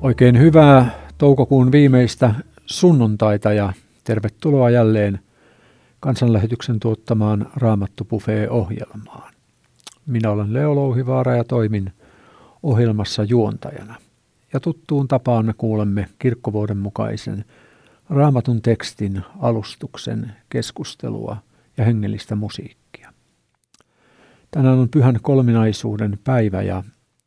Oikein hyvää toukokuun viimeistä sunnuntaita ja tervetuloa jälleen Kansanlähetyksen tuottamaan Raamattu Buffet-ohjelmaan. Minä olen Leo Louhivaara ja toimin ohjelmassa juontajana. Ja tuttuun tapaan me kuulemme kirkkovuoden mukaisen Raamatun tekstin, alustuksen, keskustelua ja hengellistä musiikkia. Tänään on Pyhän Kolminaisuuden päivä ja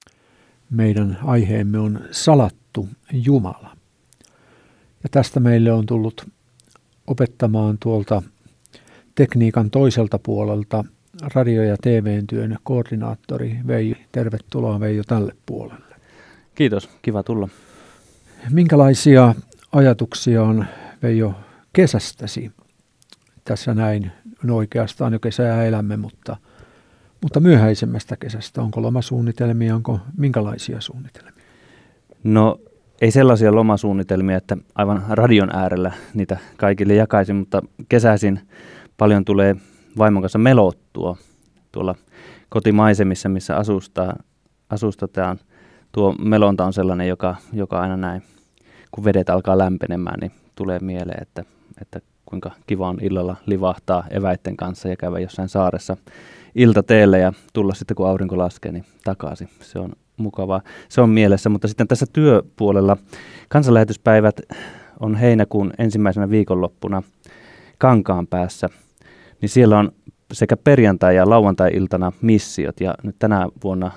meidän aiheemme on salattu Jumala. Ja tästä meille on tullut opettamaan tuolta tekniikan toiselta puolelta radio- ja TV-työn koordinaattori Veijo. Tervetuloa Veijo tälle puolelle. Kiitos, kiva tulla. Minkälaisia ajatuksia on Veijo kesästäsi? Tässä näin, no oikeastaan jo kesää elämme, mutta myöhäisemmästä kesästä. Onko lomasuunnitelmia, onko minkälaisia suunnitelmia? No ei sellaisia lomasuunnitelmia, että aivan radion äärellä niitä kaikille jakaisin, mutta kesäisin paljon tulee vaimon kanssa melottua tuolla kotimaisemissa, missä asustetaan. Tuo melonta on sellainen, joka aina näin, kun vedet alkaa lämpenemään, niin tulee mieleen, että kuinka kiva on illalla livahtaa eväitten kanssa ja käydä jossain saaressa iltateelle ja tulla sitten, kun aurinko laskee, niin takaisin. Se on mukavaa. Se on mielessä, mutta sitten tässä työpuolella kansanlähetyspäivät on heinäkuun ensimmäisenä viikonloppuna Kankaanpäässä, niin siellä on sekä perjantai- ja lauantai-iltana missiot, ja nyt tänä vuonna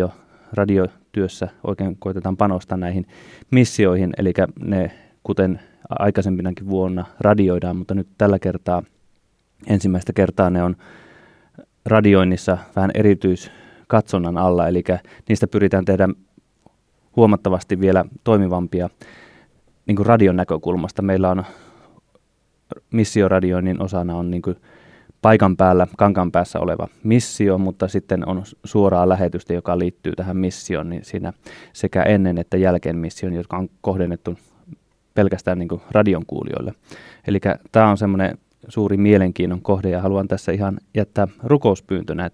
radiotyössä oikein koitetaan panostaa näihin missioihin, eli ne, kuten aikaisempinakin vuonna radioidaan, mutta nyt tällä kertaa, ensimmäistä kertaa ne on radioinnissa vähän erityiskatsonnan alla, eli niistä pyritään tehdä huomattavasti vielä toimivampia niin kuin radion näkökulmasta. Meillä on missioradioinnin osana on niin kuin paikan päällä, Kankaanpäässä oleva missio, mutta sitten on suoraa lähetystä, joka liittyy tähän missioon, niin siinä sekä ennen että jälkeen mission, jotka on kohdennettu pelkästään niin kuin radion kuulijoille. Eli tämä on semmoinen suuri mielenkiinnon kohde ja haluan tässä ihan jättää rukouspyyntönä,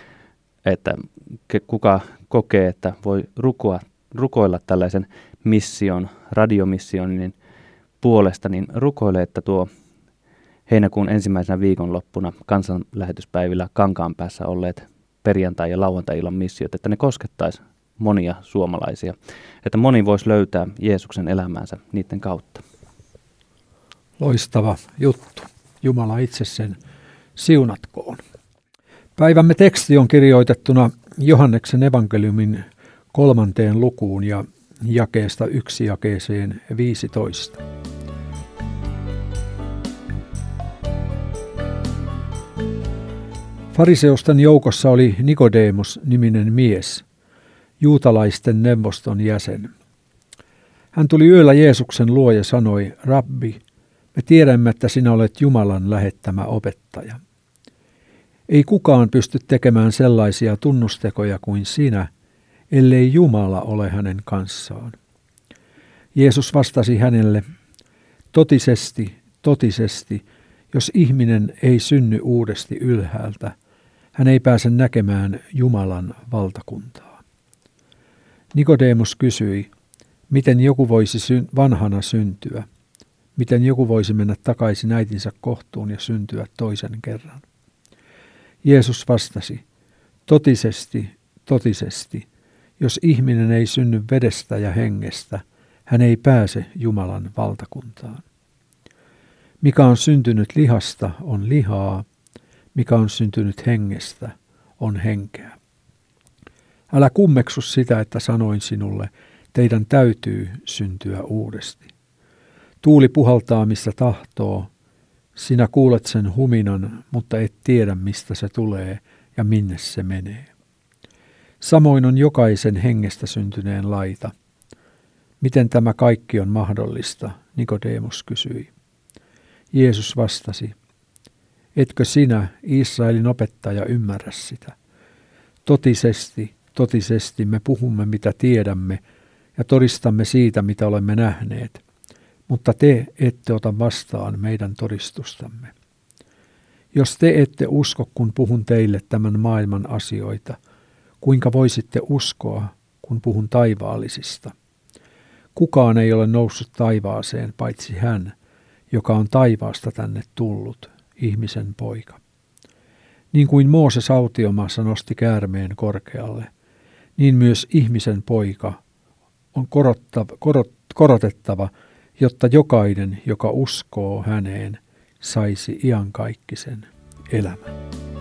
että kuka kokee, että voi rukoilla tällaisen mission, radiomission puolesta, niin rukoile, että tuo heinäkuun ensimmäisenä viikonloppuna kansanlähetyspäivillä Kankaanpäässä olleet perjantai- ja lauantai-illan missiot, että ne koskettaisi monia suomalaisia, että moni voisi löytää Jeesuksen elämäänsä niiden kautta. Loistava juttu. Jumala itse sen siunatkoon. Päivämme teksti on kirjoitettuna Johanneksen evankeliumin 3. lukuun ja jakeesta 1 jakeeseen 15. Fariseusten joukossa oli Nikodemus-niminen mies, juutalaisten neuvoston jäsen. Hän tuli yöllä Jeesuksen luo ja sanoi, Rabbi, me tiedämme, että sinä olet Jumalan lähettämä opettaja. Ei kukaan pysty tekemään sellaisia tunnustekoja kuin sinä, ellei Jumala ole hänen kanssaan. Jeesus vastasi hänelle, totisesti, totisesti, jos ihminen ei synny uudesti ylhäältä, hän ei pääse näkemään Jumalan valtakuntaa. Nikodemus kysyi, miten joku voisi vanhana syntyä? Miten joku voisi mennä takaisin äitinsä kohtuun ja syntyä toisen kerran? Jeesus vastasi, totisesti, totisesti, jos ihminen ei synny vedestä ja hengestä, hän ei pääse Jumalan valtakuntaan. Mikä on syntynyt lihasta, on lihaa, mikä on syntynyt hengestä, on henkeä. Älä kummeksu sitä, että sanoin sinulle, teidän täytyy syntyä uudesti. Tuuli puhaltaa, mistä tahtoo. Sinä kuulet sen huminan, mutta et tiedä, mistä se tulee ja minne se menee. Samoin on jokaisen hengestä syntyneen laita. Miten tämä kaikki on mahdollista, Nikodemus kysyi. Jeesus vastasi, etkö sinä, Israelin opettaja, ymmärrä sitä? Totisesti, totisesti me puhumme, mitä tiedämme, ja todistamme siitä, mitä olemme nähneet. Mutta te ette ota vastaan meidän todistustamme. Jos te ette usko, kun puhun teille tämän maailman asioita, kuinka voisitte uskoa, kun puhun taivaallisista? Kukaan ei ole noussut taivaaseen paitsi hän, joka on taivaasta tänne tullut, ihmisen poika. Niin kuin Mooses autiomaassa nosti käärmeen korkealle, niin myös ihmisen poika on korotettava, jotta jokainen, joka uskoo häneen, saisi iankaikkisen elämän.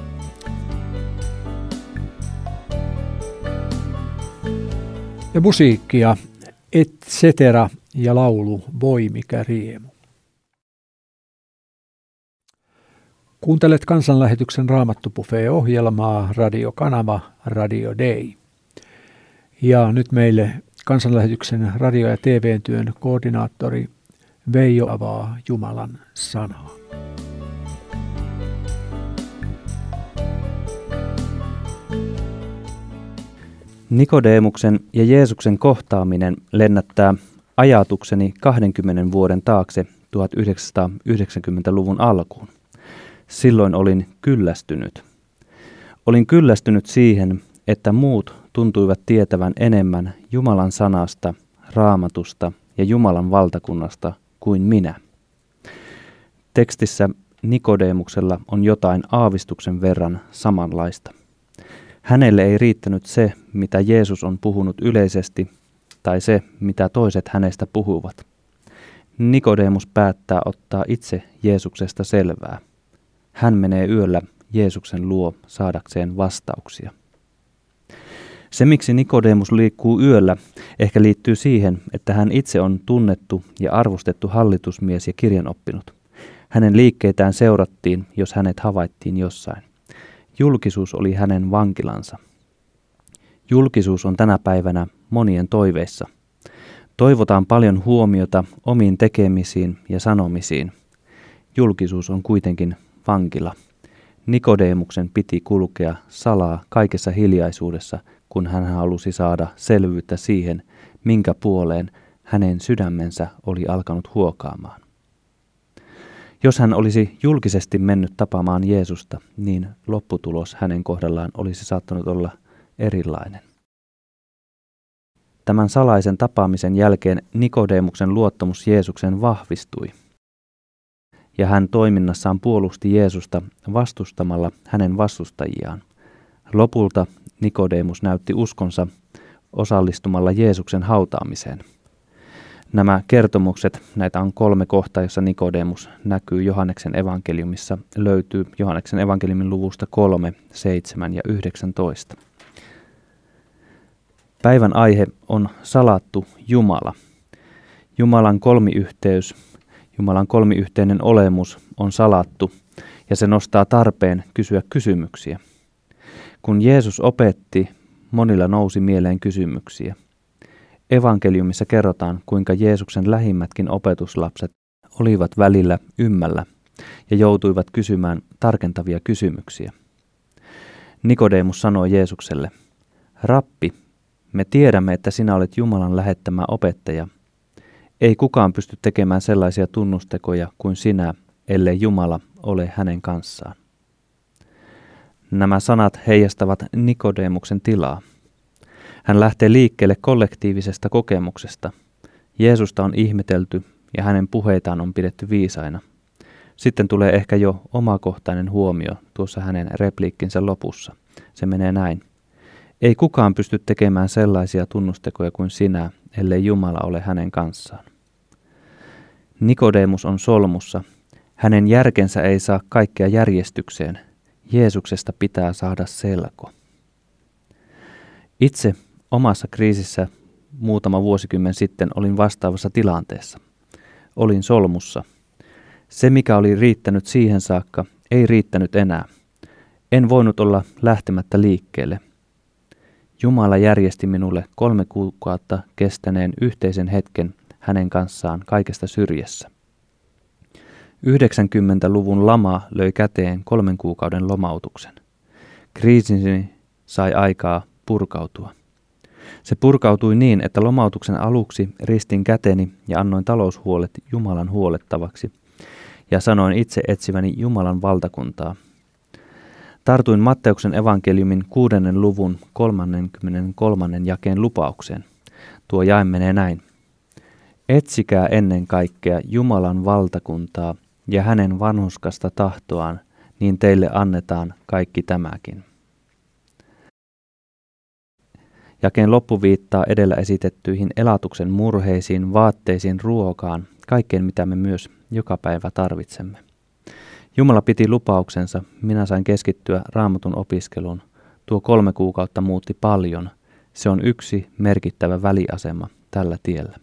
Ja musiikkia, et cetera, ja laulu Voi mikä riemu. Kuuntelet kansanlähetyksen Raamattu-buffet-ohjelmaa, radiokanava Radio Day. Ja nyt meille kansanlähetyksen radio- ja TV-työn koordinaattori Veijo avaa Jumalan sanaa. Nikodemuksen ja Jeesuksen kohtaaminen lennättää ajatukseni 20 vuoden taakse 1990-luvun alkuun. Silloin olin kyllästynyt. Olin kyllästynyt siihen, että muut tuntuivat tietävän enemmän Jumalan sanasta, Raamatusta ja Jumalan valtakunnasta kuin minä. Tekstissä Nikodemuksella on jotain aavistuksen verran samanlaista. Hänelle ei riittänyt se, mitä Jeesus on puhunut yleisesti, tai se, mitä toiset hänestä puhuvat. Nikodemus päättää ottaa itse Jeesuksesta selvää. Hän menee yöllä Jeesuksen luo saadakseen vastauksia. Se, miksi Nikodemus liikkuu yöllä, ehkä liittyy siihen, että hän itse on tunnettu ja arvostettu hallitusmies ja kirjanoppinut. Hänen liikkeitään seurattiin, jos hänet havaittiin jossain. Julkisuus oli hänen vankilansa. Julkisuus on tänä päivänä monien toiveissa. Toivotaan paljon huomiota omiin tekemisiin ja sanomisiin. Julkisuus on kuitenkin vankila. Nikodemuksen piti kulkea salaa kaikessa hiljaisuudessa, kun hän halusi saada selvyyttä siihen, minkä puoleen hänen sydämensä oli alkanut huokaamaan. Jos hän olisi julkisesti mennyt tapaamaan Jeesusta, niin lopputulos hänen kohdallaan olisi saattanut olla erilainen. Tämän salaisen tapaamisen jälkeen Nikodemuksen luottamus Jeesuksen vahvistui, ja hän toiminnassaan puolusti Jeesusta vastustamalla hänen vastustajiaan. Lopulta Nikodemus näytti uskonsa osallistumalla Jeesuksen hautaamiseen. Nämä kertomukset, näitä on 3 kohtaa, jossa Nikodemus näkyy Johanneksen evankeliumissa, löytyy Johanneksen evankeliumin luvusta 3, 7 ja 19. Päivän aihe on salattu Jumala. Jumalan kolmiyhteys, Jumalan kolmiyhteinen olemus on salattu ja se nostaa tarpeen kysyä kysymyksiä. Kun Jeesus opetti, monilla nousi mieleen kysymyksiä. Evankeliumissa kerrotaan, kuinka Jeesuksen lähimmätkin opetuslapset olivat välillä ymmällä ja joutuivat kysymään tarkentavia kysymyksiä. Nikodemus sanoi Jeesukselle, Rappi, me tiedämme, että sinä olet Jumalan lähettämä opettaja. Ei kukaan pysty tekemään sellaisia tunnustekoja kuin sinä, ellei Jumala ole hänen kanssaan. Nämä sanat heijastavat Nikodemuksen tilaa. Hän lähtee liikkeelle kollektiivisesta kokemuksesta. Jeesusta on ihmetelty ja hänen puheitaan on pidetty viisaina. Sitten tulee ehkä jo omakohtainen huomio tuossa hänen repliikkinsä lopussa. Se menee näin. Ei kukaan pysty tekemään sellaisia tunnustekoja kuin sinä, ellei Jumala ole hänen kanssaan. Nikodemus on solmussa. Hänen järkensä ei saa kaikkea järjestykseen. Jeesuksesta pitää saada selko. Itse omassa kriisissä muutama vuosikymmen sitten olin vastaavassa tilanteessa. Olin solmussa. Se, mikä oli riittänyt siihen saakka, ei riittänyt enää. En voinut olla lähtemättä liikkeelle. Jumala järjesti minulle 3 kuukautta kestäneen yhteisen hetken hänen kanssaan kaikesta syrjässä. 90-luvun lama löi käteen 3 kuukauden lomautuksen. Kriisini sai aikaa purkautua. Se purkautui niin, että lomautuksen aluksi ristin käteni ja annoin taloushuolet Jumalan huolettavaksi ja sanoin itse etsiväni Jumalan valtakuntaa. Tartuin Matteuksen evankeliumin 6. luvun 33. jakeen lupaukseen. Tuo jae menee näin. Etsikää ennen kaikkea Jumalan valtakuntaa ja hänen vanhurskasta tahtoaan, niin teille annetaan kaikki tämäkin. Jakeen loppu viittaa edellä esitettyihin elatuksen murheisiin, vaatteisiin, ruokaan, kaikkeen mitä me myös joka päivä tarvitsemme. Jumala piti lupauksensa, minä sain keskittyä Raamatun opiskeluun. Tuo 3 kuukautta muutti paljon. Se on yksi merkittävä väliasema tällä tiellä.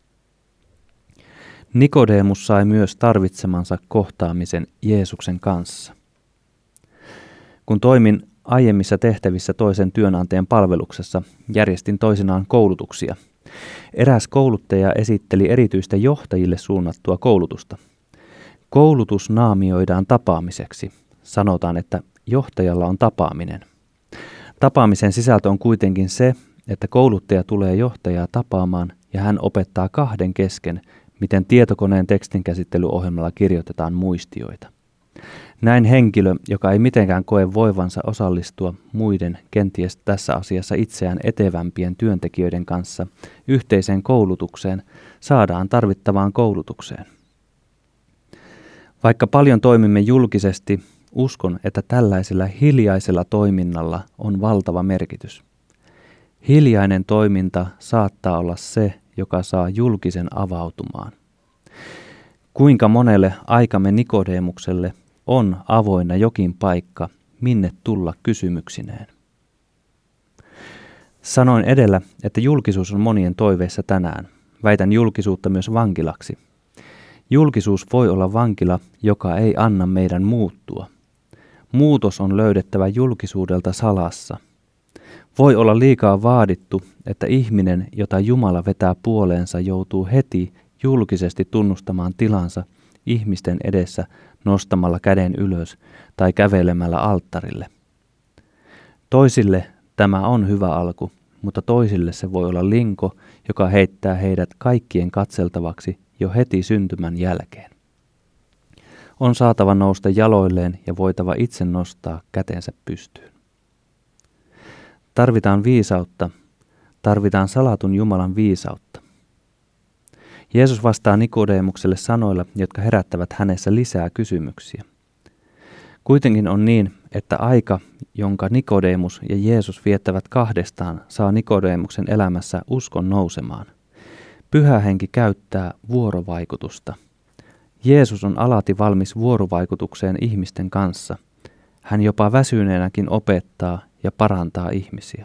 Nikodemus sai myös tarvitsemansa kohtaamisen Jeesuksen kanssa. Kun toimin aiemmissa tehtävissä toisen työnantajan palveluksessa, järjestin toisinaan koulutuksia. Eräs kouluttaja esitteli erityistä johtajille suunnattua koulutusta. Koulutus naamioidaan tapaamiseksi. Sanotaan, että johtajalla on tapaaminen. Tapaamisen sisältö on kuitenkin se, että kouluttaja tulee johtajaa tapaamaan ja hän opettaa 2 kesken, miten tietokoneen tekstinkäsittelyohjelmalla kirjoitetaan muistioita. Näin henkilö, joka ei mitenkään koe voivansa osallistua muiden, kenties tässä asiassa itseään etevämpien työntekijöiden kanssa yhteiseen koulutukseen, saadaan tarvittavaan koulutukseen. Vaikka paljon toimimme julkisesti, uskon, että tällaisella hiljaisella toiminnalla on valtava merkitys. Hiljainen toiminta saattaa olla se, joka saa julkisen avautumaan. Kuinka monelle aikamme Nikodemukselle on avoinna jokin paikka, minne tulla kysymyksineen? Sanoin edellä, että julkisuus on monien toiveissa tänään. Väitän julkisuutta myös vankilaksi. Julkisuus voi olla vankila, joka ei anna meidän muuttua. Muutos on löydettävä julkisuudelta salassa. Voi olla liikaa vaadittu, että ihminen, jota Jumala vetää puoleensa, joutuu heti julkisesti tunnustamaan tilansa ihmisten edessä nostamalla käden ylös tai kävelemällä alttarille. Toisille tämä on hyvä alku, mutta toisille se voi olla linko, joka heittää heidät kaikkien katseltavaksi jo heti syntymän jälkeen. On saatava nousta jaloilleen ja voitava itse nostaa kätensä pystyyn. Tarvitaan viisautta, tarvitaan salatun Jumalan viisautta. Jeesus vastaa Nikodemukselle sanoilla, jotka herättävät hänessä lisää kysymyksiä. Kuitenkin on niin, että aika, jonka Nikodemus ja Jeesus viettävät kahdestaan, saa Nikodemuksen elämässä uskon nousemaan. Pyhä Henki käyttää vuorovaikutusta. Jeesus on alati valmis vuorovaikutukseen ihmisten kanssa. Hän jopa väsyneenäkin opettaa ja parantaa ihmisiä.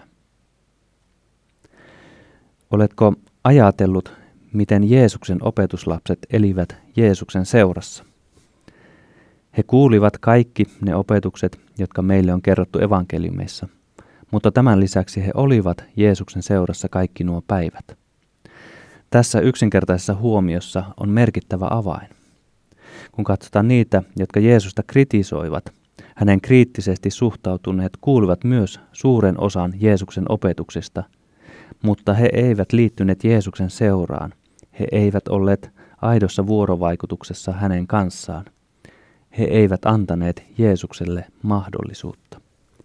Oletko ajatellut, miten Jeesuksen opetuslapset elivät Jeesuksen seurassa? He kuulivat kaikki ne opetukset, jotka meille on kerrottu evankeliumeissa, mutta tämän lisäksi he olivat Jeesuksen seurassa kaikki nuo päivät. Tässä yksinkertaisessa huomiossa on merkittävä avain. Kun katsotaan niitä, jotka Jeesusta kritisoivat, hänen kriittisesti suhtautuneet kuulivat myös suuren osan Jeesuksen opetuksesta, mutta he eivät liittyneet Jeesuksen seuraan. He eivät olleet aidossa vuorovaikutuksessa hänen kanssaan. He eivät antaneet Jeesukselle mahdollisuutta.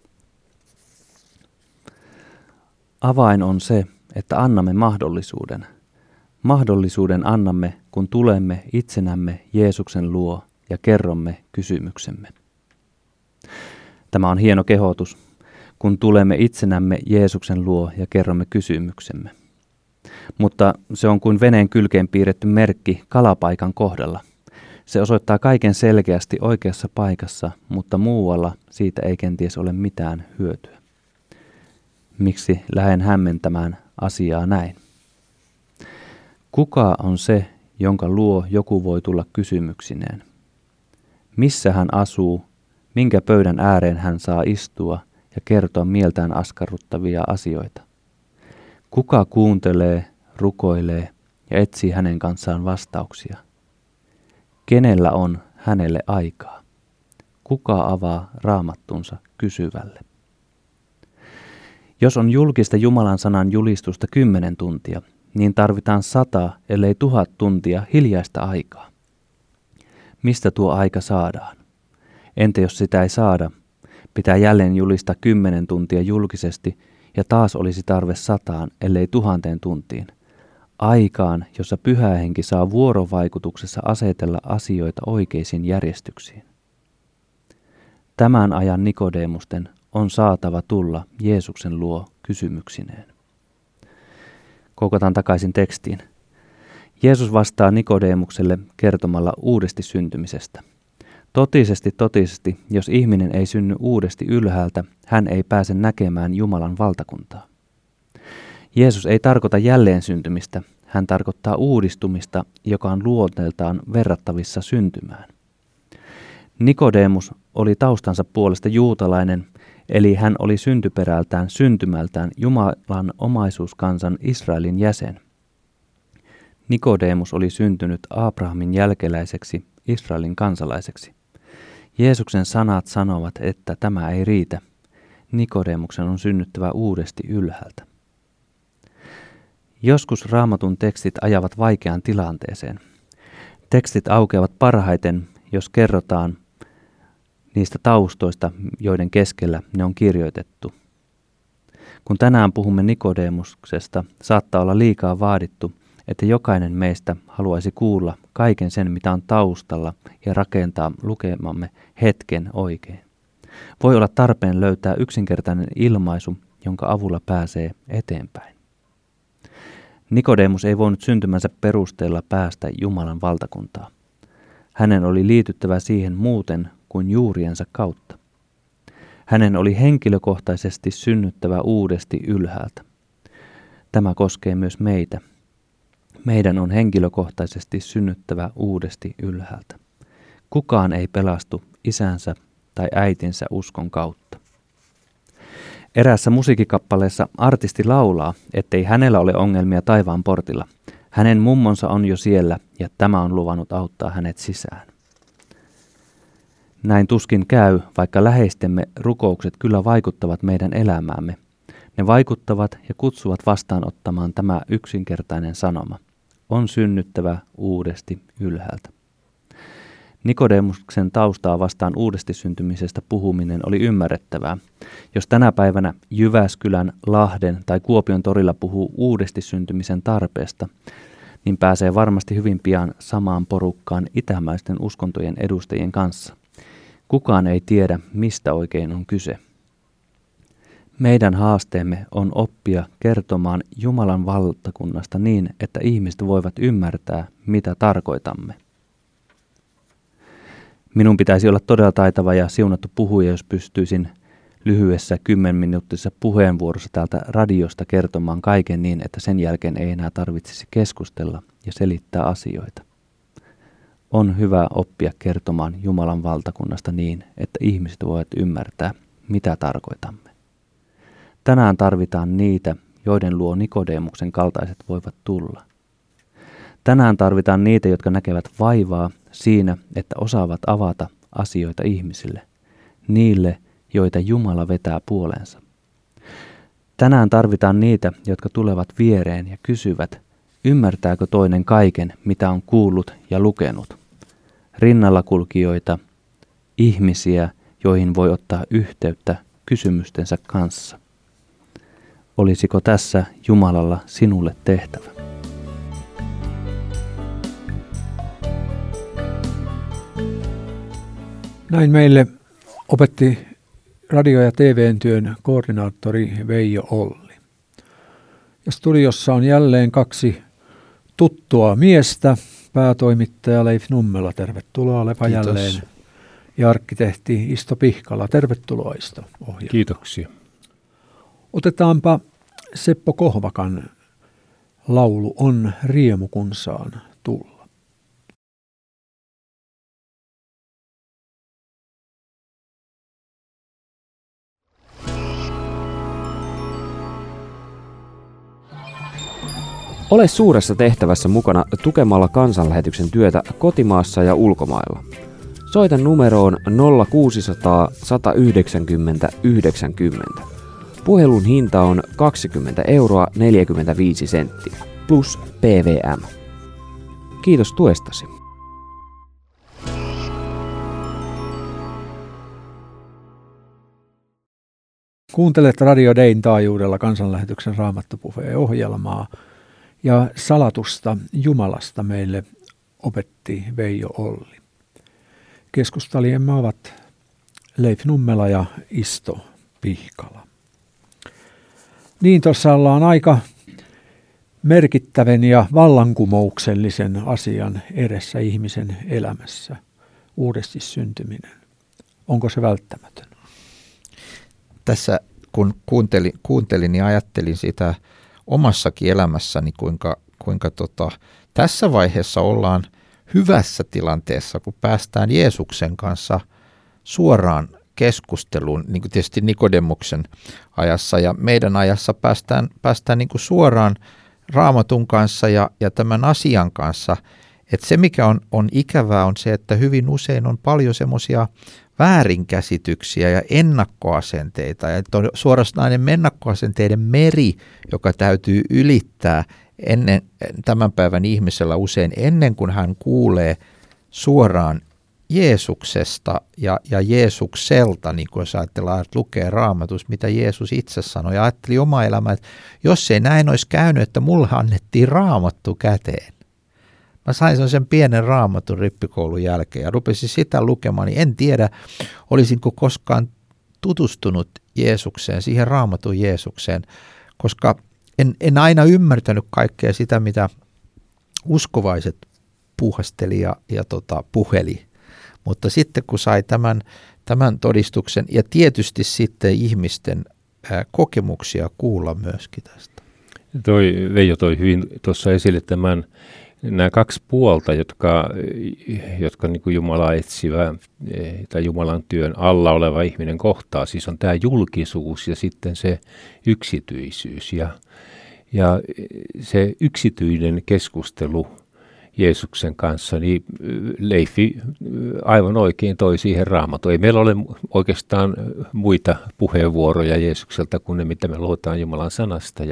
Avain on se, että annamme mahdollisuuden. Mahdollisuuden annamme, kun tulemme itsenämme Jeesuksen luo ja kerromme kysymyksemme. Tämä on hieno kehotus, kun tulemme itsenämme Jeesuksen luo ja kerromme kysymyksemme. Mutta se on kuin veneen kylkeen piirretty merkki kalapaikan kohdalla. Se osoittaa kaiken selkeästi oikeassa paikassa, mutta muualla siitä ei kenties ole mitään hyötyä. Miksi lähden hämmentämään asiaa näin? Kuka on se, jonka luo joku voi tulla kysymyksineen? Missä hän asuu, minkä pöydän ääreen hän saa istua ja kertoa mieltään askarruttavia asioita? Kuka kuuntelee, rukoilee ja etsii hänen kanssaan vastauksia? Kenellä on hänelle aikaa? Kuka avaa raamattunsa kysyvälle? Jos on julkista Jumalan sanan julistusta 10 tuntia, niin tarvitaan 100, ellei 1000 tuntia hiljaista aikaa. Mistä tuo aika saadaan? Entä jos sitä ei saada? Pitää jälleen julistaa 10 tuntia julkisesti ja taas olisi tarve 100, ellei 1000 tuntiin. aikaan, jossa Pyhä Henki saa vuorovaikutuksessa asetella asioita oikeisiin järjestyksiin. Tämän ajan Nikodemusten on saatava tulla Jeesuksen luo kysymyksineen. Koukataan takaisin tekstiin. Jeesus vastaa Nikodemukselle kertomalla uudesti syntymisestä. Totisesti, jos ihminen ei synny uudesti ylhäältä, hän ei pääse näkemään Jumalan valtakuntaa. Jeesus ei tarkoita jälleen syntymistä, hän tarkoittaa uudistumista, joka on luonteeltaan verrattavissa syntymään. Nikodemus oli taustansa puolesta juutalainen, eli hän oli syntyperältään syntymältään Jumalan omaisuuskansan Israelin jäsen. Nikodemus oli syntynyt Abrahamin jälkeläiseksi, Israelin kansalaiseksi. Jeesuksen sanat sanovat, että tämä ei riitä. Nikodemuksen on synnyttävä uudesti ylhäältä. Joskus Raamatun tekstit ajavat vaikeaan tilanteeseen. Tekstit aukeavat parhaiten, jos kerrotaan niistä taustoista, joiden keskellä ne on kirjoitettu. Kun tänään puhumme Nikodemuksesta, saattaa olla liikaa vaadittu, että jokainen meistä haluaisi kuulla kaiken sen, mitä on taustalla ja rakentaa lukemamme hetken oikein. Voi olla tarpeen löytää yksinkertainen ilmaisu, jonka avulla pääsee eteenpäin. Nikodemus ei voinut syntymänsä perusteella päästä Jumalan valtakuntaa. Hänen oli liityttävä siihen muuten kuin juuriensa kautta. Hänen oli henkilökohtaisesti synnyttävä uudesti ylhäältä. Tämä koskee myös meitä. Meidän on henkilökohtaisesti synnyttävä uudesti ylhäältä. Kukaan ei pelastu isänsä tai äitinsä uskon kautta. Eräässä musiikkikappaleessa artisti laulaa, ettei hänellä ole ongelmia taivaan portilla. Hänen mummonsa on jo siellä ja tämä on luvannut auttaa hänet sisään. Näin tuskin käy, vaikka läheistemme rukoukset kyllä vaikuttavat meidän elämäämme. Ne vaikuttavat ja kutsuvat vastaanottamaan tämä yksinkertainen sanoma. On synnyttävä uudesti ylhäältä. Nikodemuksen taustaa vastaan uudesti syntymisestä puhuminen oli ymmärrettävää. Jos tänä päivänä Jyväskylän, Lahden tai Kuopion torilla puhuu uudesti syntymisen tarpeesta, niin pääsee varmasti hyvin pian samaan porukkaan itämaisten uskontojen edustajien kanssa. Kukaan ei tiedä, mistä oikein on kyse. Meidän haasteemme on oppia kertomaan Jumalan valtakunnasta niin, että ihmiset voivat ymmärtää, mitä tarkoitamme. Minun pitäisi olla todella taitava ja siunattu puhuja, jos pystyisin lyhyessä 10-minuuttisessa puheenvuorossa täältä radiosta kertomaan kaiken niin, että sen jälkeen ei enää tarvitsisi keskustella ja selittää asioita. On hyvä oppia kertomaan Jumalan valtakunnasta niin, että ihmiset voivat ymmärtää, mitä tarkoitamme. Tänään tarvitaan niitä, joiden luo Nikodemuksen kaltaiset voivat tulla. Tänään tarvitaan niitä, jotka näkevät vaivaa siinä, että osaavat avata asioita ihmisille, niille, joita Jumala vetää puoleensa. Tänään tarvitaan niitä, jotka tulevat viereen ja kysyvät, ymmärtääkö toinen kaiken, mitä on kuullut ja lukenut. Rinnalla kulkijoita, ihmisiä, joihin voi ottaa yhteyttä kysymystensä kanssa. Olisiko tässä Jumalalla sinulle tehtävä? Näin meille opetti radio- ja TV-työn koordinaattori Veijo Olli. Ja studiossa on jälleen kaksi tuttua miestä, päätoimittaja Leif Nummela, tervetuloa, olepa jälleen. Ja arkkitehti Isto Pihkala, tervetuloa Isto ohjelmaan. Kiitoksia. Otetaanpa Seppo Kohvakan laulu On riemu kun saan tulla. Ole suuressa tehtävässä mukana tukemalla kansanlähetyksen työtä kotimaassa ja ulkomailla. Soita numeroon 0600 190 90. Puhelun hinta on 20,45 € plus PVM. Kiitos tuestasi. Kuuntelet Radio Dayn taajuudella kansanlähetyksen Raamattopuheen ohjelmaa. ja salatusta Jumalasta meille opetti Veijo Olli. Keskustelijamme ovat Leif Nummela ja Isto Pihkala. Niin tuossa ollaan aika merkittävän ja vallankumouksellisen asian edessä ihmisen elämässä, uudesti syntyminen. Onko se välttämätön? Tässä kun kuuntelin niin ajattelin sitä omassakin elämässäni, kuinka tässä vaiheessa ollaan hyvässä tilanteessa, kun päästään Jeesuksen kanssa suoraan keskusteluun, niin kuin tietysti Nikodemuksen ajassa ja meidän ajassa päästään niin kuin suoraan Raamatun kanssa ja tämän asian kanssa. Että se, mikä on ikävää, on se, että hyvin usein on paljon semmoisia väärinkäsityksiä ja ennakkoasenteita. Ja on suorastaan ennakkoasenteiden meri, joka täytyy ylittää tämän päivän ihmisellä usein ennen kuin hän kuulee suoraan Jeesuksesta ja Jeesukselta, niin kuin jos ajatellaan, että lukee Raamatus, mitä Jeesus itse sanoi, ja ajatteli oma elämä, että jos ei näin olisi käynyt, että mulle annettiin Raamattu käteen. Mä sain sen pienen Raamatun rippikoulun jälkeen ja rupesin sitä lukemaan, niin en tiedä, olisinko koskaan tutustunut Jeesukseen, siihen Raamatun Jeesukseen, koska en aina ymmärtänyt kaikkea sitä, mitä uskovaiset puuhasteli ja puheli. Mutta sitten kun sai tämän todistuksen ja tietysti sitten ihmisten kokemuksia kuulla myöskin tästä. Veijo toi hyvin tuossa esille nämä kaksi puolta, jotka niin kuin Jumalaa etsivä tai Jumalan työn alla oleva ihminen kohtaa. Siis on tämä julkisuus ja sitten se yksityisyys. Ja se yksityinen keskustelu Jeesuksen kanssa, niin Leifi aivan oikein toi siihen Raamattuun. Ei meillä ole oikeastaan muita puheenvuoroja Jeesukselta kuin ne, mitä me luetaan Jumalan sanasta.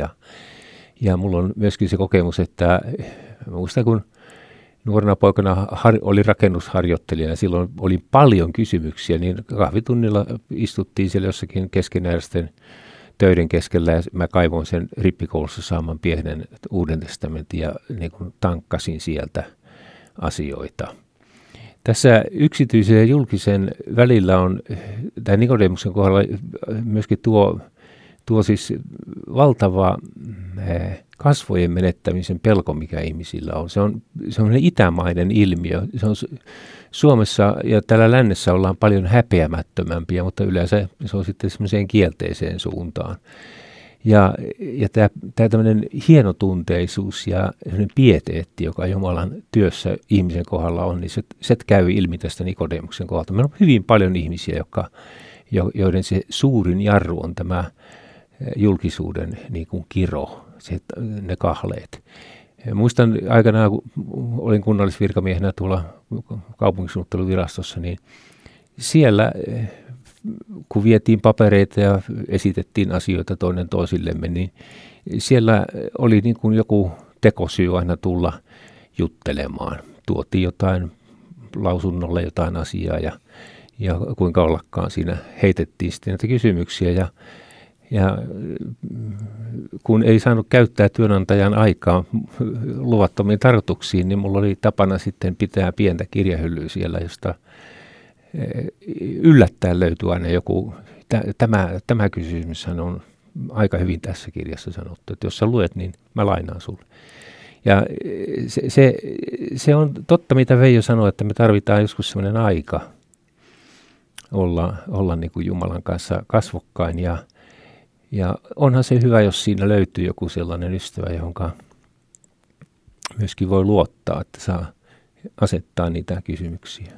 Ja mulla on myöskin se kokemus, että muistan, kun nuorena poikana oli rakennusharjoittelijana, silloin oli paljon kysymyksiä, niin kahvitunnilla istuttiin siellä jossakin keskeneräisten töiden keskellä ja mä kaivoin sen rippikoulussa saaman pienen Uuden testamentin ja niin kuin tankkasin sieltä asioita. Tässä yksityisen ja julkisen välillä on, tämä Nikodemuksen kohdalla myöskin tuo siis valtava kasvojen menettämisen pelko, mikä ihmisillä on. Se on semmoinen itämainen ilmiö. Se on Suomessa ja täällä lännessä ollaan paljon häpeämättömämpiä, mutta yleensä se on sitten semmoiseen kielteiseen suuntaan. Ja tämä tämmöinen hienotunteisuus ja pieteetti, joka Jumalan työssä ihmisen kohdalla on, niin se käy ilmi tästä Nikodemuksen kohdalta. Meillä on hyvin paljon ihmisiä, joiden se suurin jarru on tämä julkisuuden niin kuin kiro, ne kahleet. Muistan aikanaan, kun olin kunnallisvirkamiehenä tuolla kaupunkisuunnitteluvirastossa, niin siellä kun vietiin papereita ja esitettiin asioita toinen toisillemme, niin siellä oli niin kuin joku tekosyy aina tulla juttelemaan. Tuotiin jotain lausunnolle jotain asiaa ja kuinka ollakaan siinä heitettiin sitten näitä kysymyksiä ja kun ei saanut käyttää työnantajan aikaa luvattomiin tarkoituksiin, niin mulla oli tapana sitten pitää pientä kirjahyllyä siellä, josta yllättäen löytyi aina joku, tämä kysymyshän on aika hyvin tässä kirjassa sanottu, että jos sä luet, niin mä lainaan sulle. Ja se on totta, mitä Veijo sanoi, että me tarvitaan joskus sellainen aika olla niin kuin Jumalan kanssa kasvokkain ja onhan se hyvä, jos siinä löytyy joku sellainen ystävä, johonka myöskin voi luottaa, että saa asettaa niitä kysymyksiä.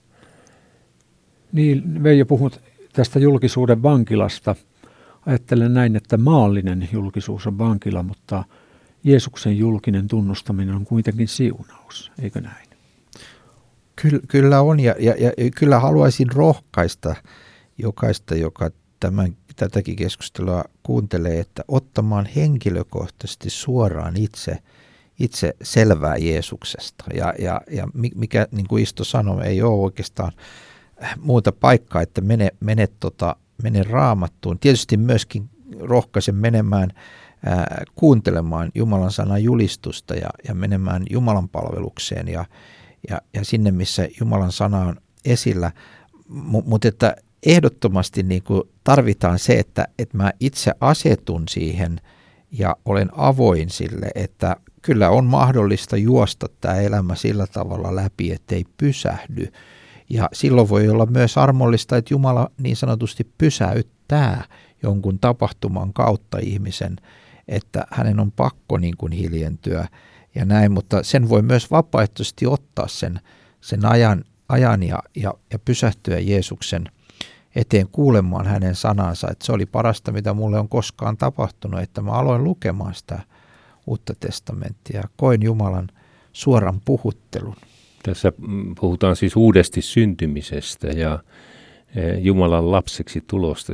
Niin, Veijo, puhut tästä julkisuuden vankilasta. Ajattelen näin, että maallinen julkisuus on vankila, mutta Jeesuksen julkinen tunnustaminen on kuitenkin siunaus, eikö näin? Kyllä on, ja kyllä haluaisin rohkaista jokaista, joka tätäkin keskustelua kuuntelee, että ottamaan henkilökohtaisesti suoraan itse selvää Jeesuksesta. Ja mikä, niin kuin Isto sanoi, ei ole oikeastaan muuta paikkaa, että mene Raamattuun. Tietysti myöskin rohkaisen menemään kuuntelemaan Jumalan sanan julistusta ja menemään Jumalan palvelukseen ja sinne, missä Jumalan sana on esillä. Mutta että ehdottomasti niin kuin tarvitaan se, että mä itse asetun siihen ja olen avoin sille, että kyllä on mahdollista juosta tämä elämä sillä tavalla läpi, ettei pysähdy. Ja silloin voi olla myös armollista, että Jumala niin sanotusti pysäyttää jonkun tapahtuman kautta ihmisen, että hänen on pakko niin kuin hiljentyä ja näin, mutta sen voi myös vapaaehtoisesti ottaa sen ajan ja pysähtyä Jeesuksen eteen kuulemaan hänen sanansa, että se oli parasta, mitä mulle on koskaan tapahtunut, että mä aloin lukemaan sitä Uutta testamenttia ja koin Jumalan suoran puhuttelun. Tässä puhutaan siis uudesti syntymisestä ja Jumalan lapseksi tulosta,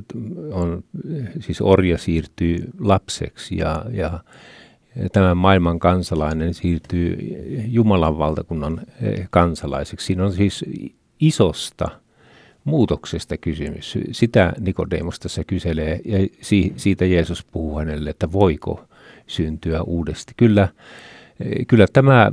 siis orja siirtyy lapseksi ja tämän maailman kansalainen siirtyy Jumalan valtakunnan kansalaiseksi. Siinä on siis isosta muutoksesta kysymys. Sitä Nikodemus tässä kyselee ja siitä Jeesus puhuu hänelle, että voiko syntyä uudesti. Kyllä tämä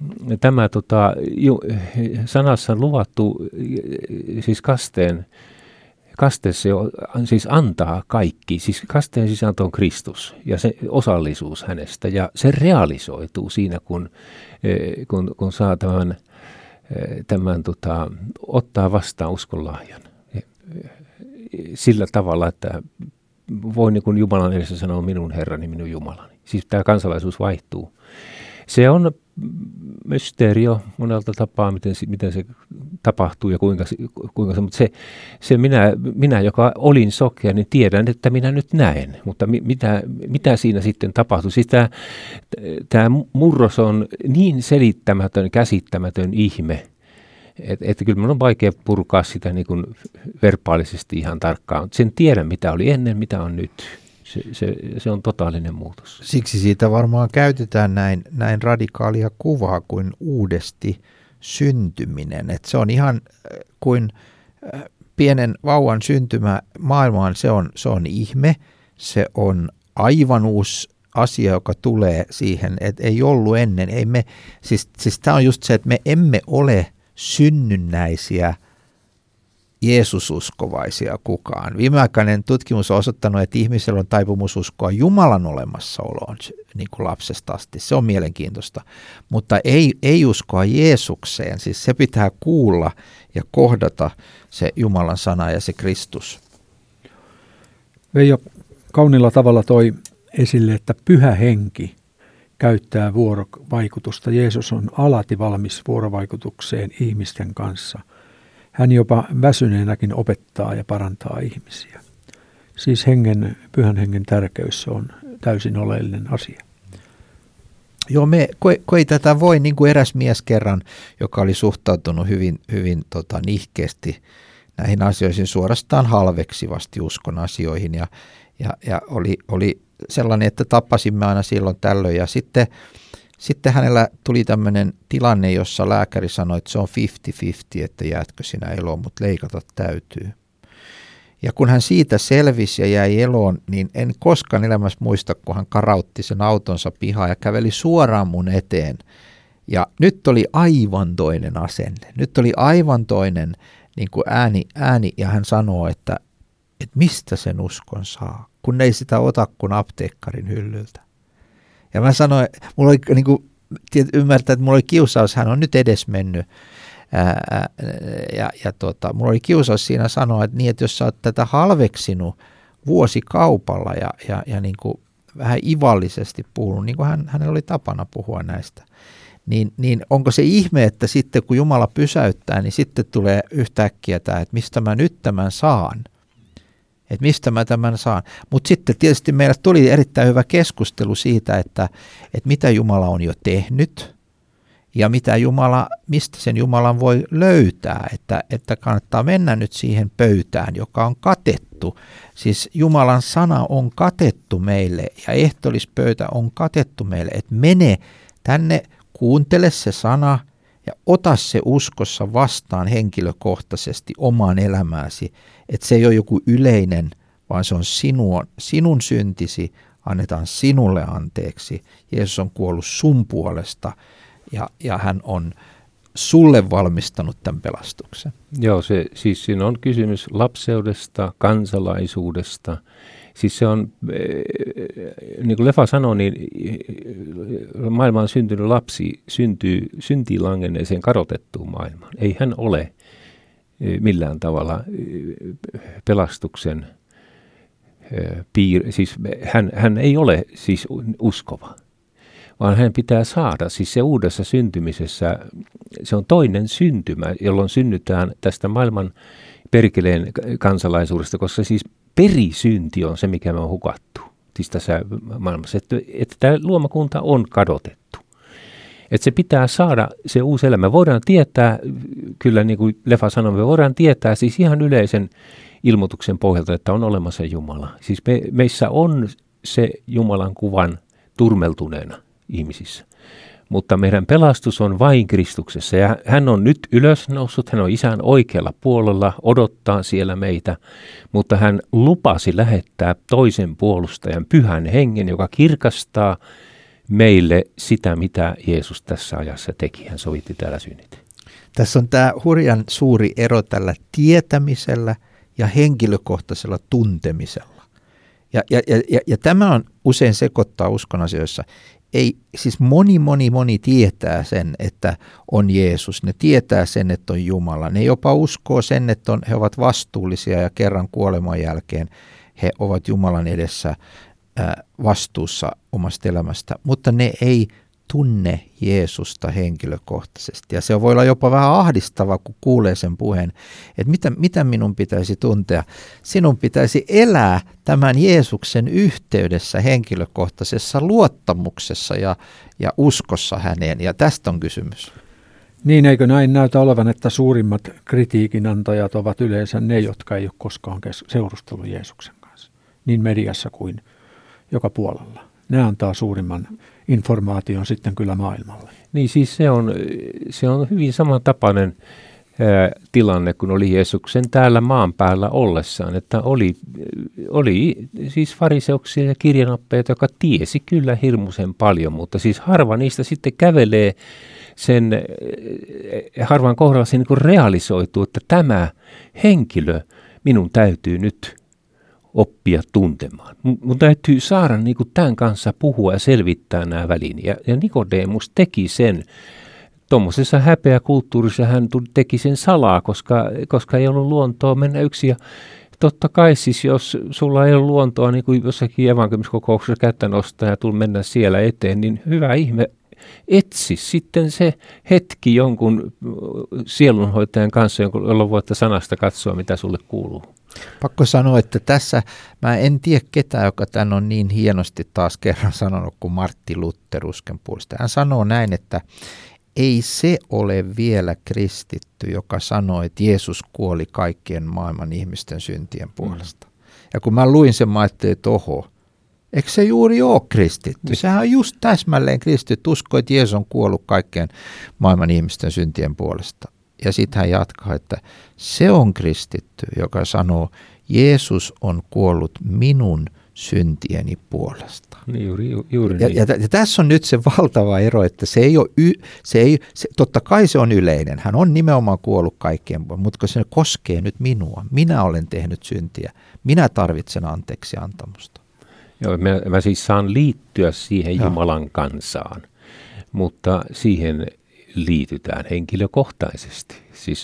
sanassa luvattu, siis kasteessa siis antaa kaikki, siis kasteen sisältö on Kristus ja se osallisuus hänestä ja se realisoituu siinä, kun saa tämän ottaa vastaan uskonlahjan sillä tavalla, että voi niin kuin Jumalan edessä sanoa minun Herrani, minun Jumalani. Siis tämä kansalaisuus vaihtuu. Se on mysteerio monelta tapaa, miten se tapahtuu ja kuinka se, mutta se minä, joka olin sokea, niin tiedän, että minä nyt näen, mutta mitä siinä sitten tapahtuu? Siis tämä murros on niin selittämätön, käsittämätön ihme, että kyllä minun on vaikea purkaa sitä niin kuin verbaalisesti ihan tarkkaan, mutta sen tiedän, mitä oli ennen, mitä on nyt. Se on totaalinen muutos. Siksi siitä varmaan käytetään näin radikaalia kuvaa kuin uudesti syntyminen. Että se on ihan kuin pienen vauvan syntymä maailmaan, se on ihme, se on aivan uusi asia, joka tulee siihen, että ei ollut ennen. Siis tämä on just se, että me emme ole synnynnäisiä Jeesususkovaisia kukaan. Viimeaikainen tutkimus on osoittanut, että ihmisellä on taipumus uskoa Jumalan olemassaoloon niin kuin lapsesta asti. Se on mielenkiintoista, mutta ei uskoa Jeesukseen. Siis se pitää kuulla ja kohdata se Jumalan sana ja se Kristus. Veijo kauniilla tavalla toi esille, että Pyhä Henki käyttää vuorovaikutusta. Jeesus on alati valmis vuorovaikutukseen ihmisten kanssa. Hän jopa väsyneenäkin opettaa ja parantaa ihmisiä. Siis Pyhän Hengen tärkeys on täysin oleellinen asia. Joo, ei tätä voi, niin kuin eräs mies kerran, joka oli suhtautunut hyvin nihkeästi näihin asioihin, suorastaan halveksivasti uskon asioihin. Ja oli sellainen, että tapasimme aina silloin tällöin. Ja sitten hänellä tuli tämmöinen tilanne, jossa lääkäri sanoi, että se on 50-50, että jäätkö sinä eloon, mutta leikata täytyy. Ja kun hän siitä selvisi ja jäi eloon, niin en koskaan elämässä muista, kun hän karautti sen autonsa pihaan ja käveli suoraan mun eteen. Ja nyt oli aivan toinen asenne. Nyt oli aivan toinen niin kuin ääni ja hän sanoo, että mistä sen uskon saa, kun ei sitä ota kuin apteekkarin hyllyltä. Ja mä sanoin, mulla oli niin kuin, ymmärtää, että mulla oli kiusaus, hän on nyt edesmennyt. Mulla oli kiusaus siinä sanoa, että, niin, että jos sä oot tätä halveksinut vuosikaupalla ja niin kuin vähän ivallisesti puhunut, niin kuin hänellä oli tapana puhua näistä, niin onko se ihme, että sitten kun Jumala pysäyttää, niin sitten tulee yhtäkkiä tämä, että mistä mä nyt tämän saan? Että mistä mä tämän saan. Mutta sitten tietysti meillä tuli erittäin hyvä keskustelu siitä, että mitä Jumala on jo tehnyt ja mistä sen Jumalan voi löytää. Että kannattaa mennä nyt siihen pöytään, joka on katettu. Siis Jumalan sana on katettu meille ja ehtoollispöytä on katettu meille. Että mene tänne, kuuntele se sana ja ota se uskossa vastaan henkilökohtaisesti omaan elämääsi, että se ei ole joku yleinen, vaan se on sinun syntisi annetaan sinulle anteeksi. Jeesus on kuollut sun puolesta ja hän on sulle valmistanut tämän pelastuksen. Joo, siis siinä on kysymys lapseudesta, kansalaisuudesta. Siis se on, niin kuin Lefa sanoi, niin maailmaan syntynyt lapsi syntyy syntiin langenneeseen kadotettuun maailmaan. Ei hän ole millään tavalla pelastuksen siis hän ei ole siis uskova, vaan hän pitää saada, siis se uudessa syntymisessä, se on toinen syntymä, jolloin synnytään tästä maailman perkeleen kansalaisuudesta, koska siis perisynti on se, mikä me on hukattu siis tässä maailmassa, että tämä luomakunta on kadotettu. Että se pitää saada se uusi elämä. Voidaan tietää, kyllä niin kuin Lefa sanoi, me voidaan tietää siis ihan yleisen ilmoituksen pohjalta, että on olemassa Jumala. Siis meissä on se Jumalan kuvan turmeltuneena ihmisissä. Mutta meidän pelastus on vain Kristuksessa ja hän on nyt ylösnoussut, hän on Isän oikealla puolella, odottaa siellä meitä, mutta hän lupasi lähettää toisen puolustajan, Pyhän Hengen, joka kirkastaa meille sitä, mitä Jeesus tässä ajassa teki. Hän sovitti täällä synnit. Tässä on tämä hurjan suuri ero tällä tietämisellä ja henkilökohtaisella tuntemisella. Ja tämä on usein sekoittaa uskon asioissa. Ei, siis moni tietää sen, että on Jeesus. Ne tietää sen, että on Jumala. Ne jopa uskoo sen, että he ovat vastuullisia ja kerran kuoleman jälkeen he ovat Jumalan edessä vastuussa omasta elämästä. Mutta ne ei tunne Jeesusta henkilökohtaisesti. Ja se voi olla jopa vähän ahdistavaa, kun kuulee sen puheen, että mitä minun pitäisi tuntea. Sinun pitäisi elää tämän Jeesuksen yhteydessä henkilökohtaisessa luottamuksessa ja uskossa häneen. Ja tästä on kysymys. Niin, eikö näin näytä olevan, että suurimmat kritiikinantajat ovat yleensä ne, jotka ei ole koskaan seurustellut Jeesuksen kanssa, niin mediassa kuin joka puolella. Ne antaa suurimman informaation sitten kyllä maailmalle. Niin siis se on hyvin samantapainen tilanne, kun oli Jeesuksen täällä maan päällä ollessaan, että oli siis fariseuksia ja kirjanoppeja, jotka tiesi kyllä hirmuisen paljon, mutta siis harva niistä sitten kävelee harvan kohdalla se niin kuin realisoituu, että tämä henkilö minun täytyy nyt oppia tuntemaan. Mun täytyy saada niin kuin tämän kanssa puhua ja selvittää nämä väliin. Ja Nikodemus teki sen. Tuommoisessa häpeäkulttuurissa hän teki sen salaa, koska ei ollut luontoa mennä yksin. Ja totta kai siis, jos sulla ei ole luontoa, niin kuin jossakin evankeliumiskokouksessa kättä nostaa ja tuli mennä siellä eteen, niin hyvä ihme, etsi sitten se hetki jonkun sielunhoitajan kanssa, jolloin voitte sanasta katsoa, mitä sulle kuuluu. Pakko sanoa, että tässä mä en tiedä ketään, joka tämän on niin hienosti taas kerran sanonut kuin Martti Luther usken puolesta. Hän sanoo näin, että ei se ole vielä kristitty, joka sanoo, että Jeesus kuoli kaikkien maailman ihmisten syntien puolesta. Ja kun mä luin sen, mä ajattelin, että oho, eikö se juuri ole kristitty? Sehän on just täsmälleen kristitty, usko, että Jeesus on kuollut kaikkien maailman ihmisten syntien puolesta. Ja sitten hän jatkaa, että se on kristitty, joka sanoo, Jeesus on kuollut minun syntieni puolesta. Niin, juuri niin. Ja tässä on nyt se valtava ero, että se ei ole, totta kai se on yleinen. Hän on nimenomaan kuollut kaikkien, mutta se koskee nyt minua. Minä olen tehnyt syntiä. Minä tarvitsen anteeksi antamusta. Joo, mä siis saan liittyä siihen Jumalan kansaan, mutta siihen liitytään henkilökohtaisesti.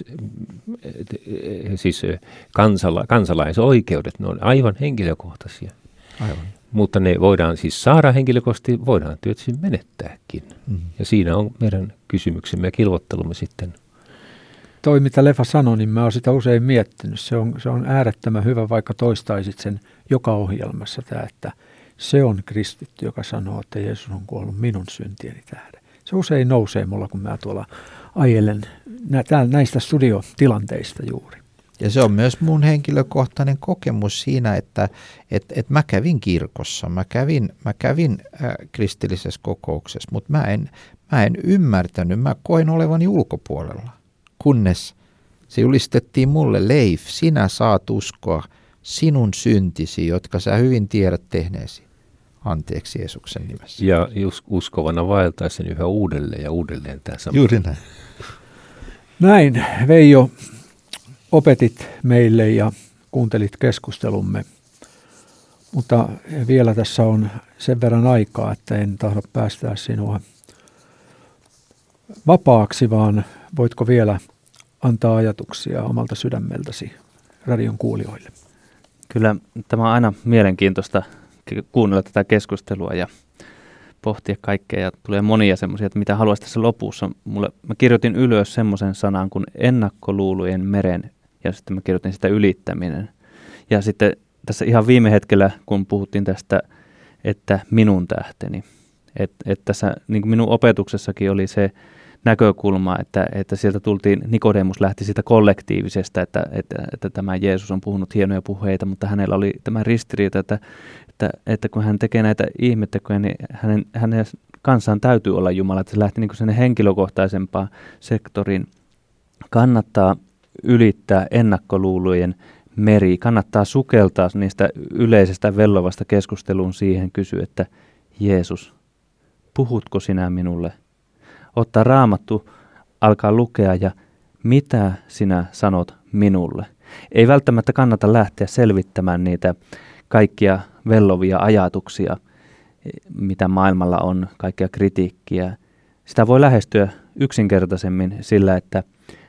Siis kansalaisoikeudet, ne on aivan henkilökohtaisia. Aivan. Mutta ne voidaan siis saada henkilökohtaisesti, voidaan tietysti menettääkin. Ja siinä on meidän kysymyksemme ja kilvottelumme sitten. Toi, mitä Lefa sanoi, niin mä oon sitä usein miettinyt. Se on äärettömän hyvä, vaikka toistaisit sen joka ohjelmassa, että se on kristitty, joka sanoo, että Jeesus on kuollut minun syntieni tähden. Se usein nousee mulla, kun mä tuolla ajelen näistä studiotilanteista juuri. Ja se on myös mun henkilökohtainen kokemus siinä, että mä kävin kirkossa, mä kävin kristillisessä kokouksessa, mutta mä en ymmärtänyt, mä koin olevani ulkopuolella, kunnes se julistettiin mulle, Leif, sinä saat uskoa sinun syntisi, jotka sä hyvin tiedät tehneesi. anteeksi Jeesuksen nimessä. Ja uskovana vaeltaa sen yhä uudelleen ja uudelleen tämä sama. Juuri näin. Näin, Veijo, opetit meille ja kuuntelit keskustelumme, mutta vielä tässä on sen verran aikaa, että en tahdo päästää sinua vapaaksi, vaan voitko vielä antaa ajatuksia omalta sydämeltäsi radion kuulijoille? Kyllä tämä on aina mielenkiintoista kuunnella tätä keskustelua ja pohtia kaikkea ja tulee monia semmoisia, että mitä haluaisi tässä lopussa. Mä kirjoitin ylös semmoisen sanan kuin ennakkoluulujen meren ja sitten mä kirjoitin sitä ylittäminen. Ja sitten tässä ihan viime hetkellä, kun puhuttiin tästä, että minun tähteni, että tässä niin kuin minun opetuksessakin oli se näkökulma, että sieltä tultiin, Nikodemus lähti siitä kollektiivisesta, että tämä Jeesus on puhunut hienoja puheita, mutta hänellä oli tämä ristiriita, että kun hän tekee näitä ihmettekoja, niin hänen kanssaan täytyy olla Jumala, että se lähti niin kuin sinne henkilökohtaisempaan sektoriin. Kannattaa ylittää ennakkoluulujen meri, kannattaa sukeltaa niistä yleisestä vellovasta keskusteluun siihen, kysyä, että Jeesus, puhutko sinä minulle? Ottaa Raamattu, alkaa lukea ja mitä sinä sanot minulle. Ei välttämättä kannata lähteä selvittämään niitä kaikkia vellovia ajatuksia, mitä maailmalla on, kaikkia kritiikkiä. Sitä voi lähestyä yksinkertaisemmin sillä, että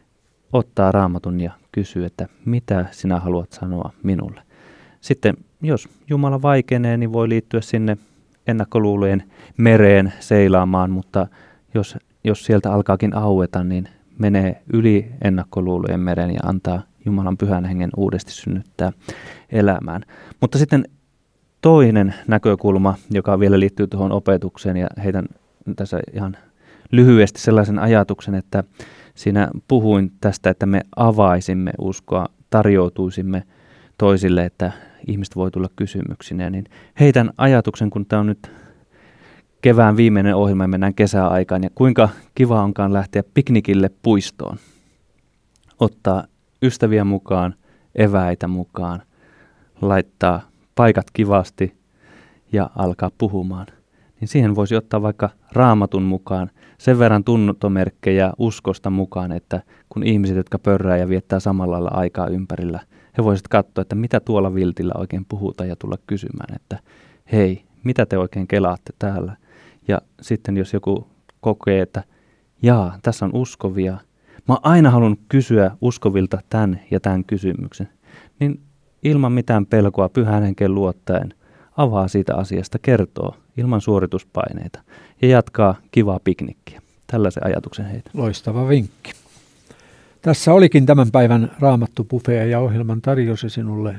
ottaa Raamatun ja kysyy, että mitä sinä haluat sanoa minulle. Sitten jos Jumala vaikenee, niin voi liittyä sinne ennakkoluulojen mereen seilaamaan, mutta jos sieltä alkaakin aueta, niin menee yli ennakkoluulojen meren ja antaa Jumalan pyhän hengen uudesti synnyttää elämään. Mutta sitten toinen näkökulma, joka vielä liittyy tuohon opetukseen, ja heitän tässä ihan lyhyesti sellaisen ajatuksen, että siinä puhuin tästä, että me avaisimme uskoa, tarjoutuisimme toisille, että ihmiset voi tulla kysymyksineen, niin heitän ajatuksen, kun tämä on nyt kevään viimeinen ohjelma ja mennään kesäaikaan, ja kuinka kiva onkaan lähteä piknikille puistoon, ottaa ystäviä mukaan, eväitä mukaan, laittaa paikat kivasti ja alkaa puhumaan. Niin siihen voisi ottaa vaikka Raamatun mukaan, sen verran tuntomerkkejä uskosta mukaan, että kun ihmiset, jotka pörrää ja viettää samalla lailla aikaa ympärillä, he voisivat katsoa, että mitä tuolla viltillä oikein puhutaan ja tulla kysymään, että hei, mitä te oikein kelaatte täällä? Ja sitten jos joku kokee, että jaa, tässä on uskovia, mä oon aina halunnut kysyä uskovilta tämän ja tämän kysymyksen, niin ilman mitään pelkoa pyhän henken luottaen avaa siitä asiasta, kertoo ilman suorituspaineita ja jatkaa kivaa piknikkiä. Tällaisen ajatuksen heitä. Loistava vinkki. Tässä olikin tämän päivän Raamattu Buffet ja ohjelman tarjosi sinulle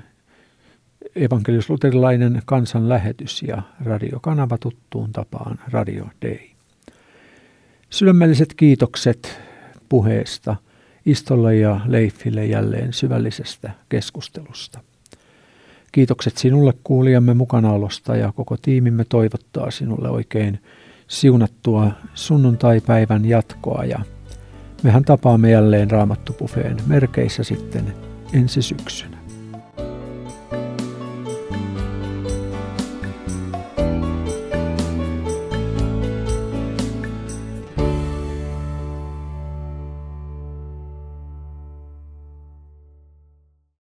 evankelis-luterilainen kansanlähetys ja radiokanava tuttuun tapaan Radio Day. Sydämelliset kiitokset puheesta Istolle ja Leifille jälleen syvällisestä keskustelusta. Kiitokset sinulle kuulijamme mukanaolosta ja koko tiimimme toivottaa sinulle oikein siunattua sunnuntaipäivän jatkoa ja mehän tapaamme jälleen Raamattu Buffeen merkeissä sitten ensi syksynä.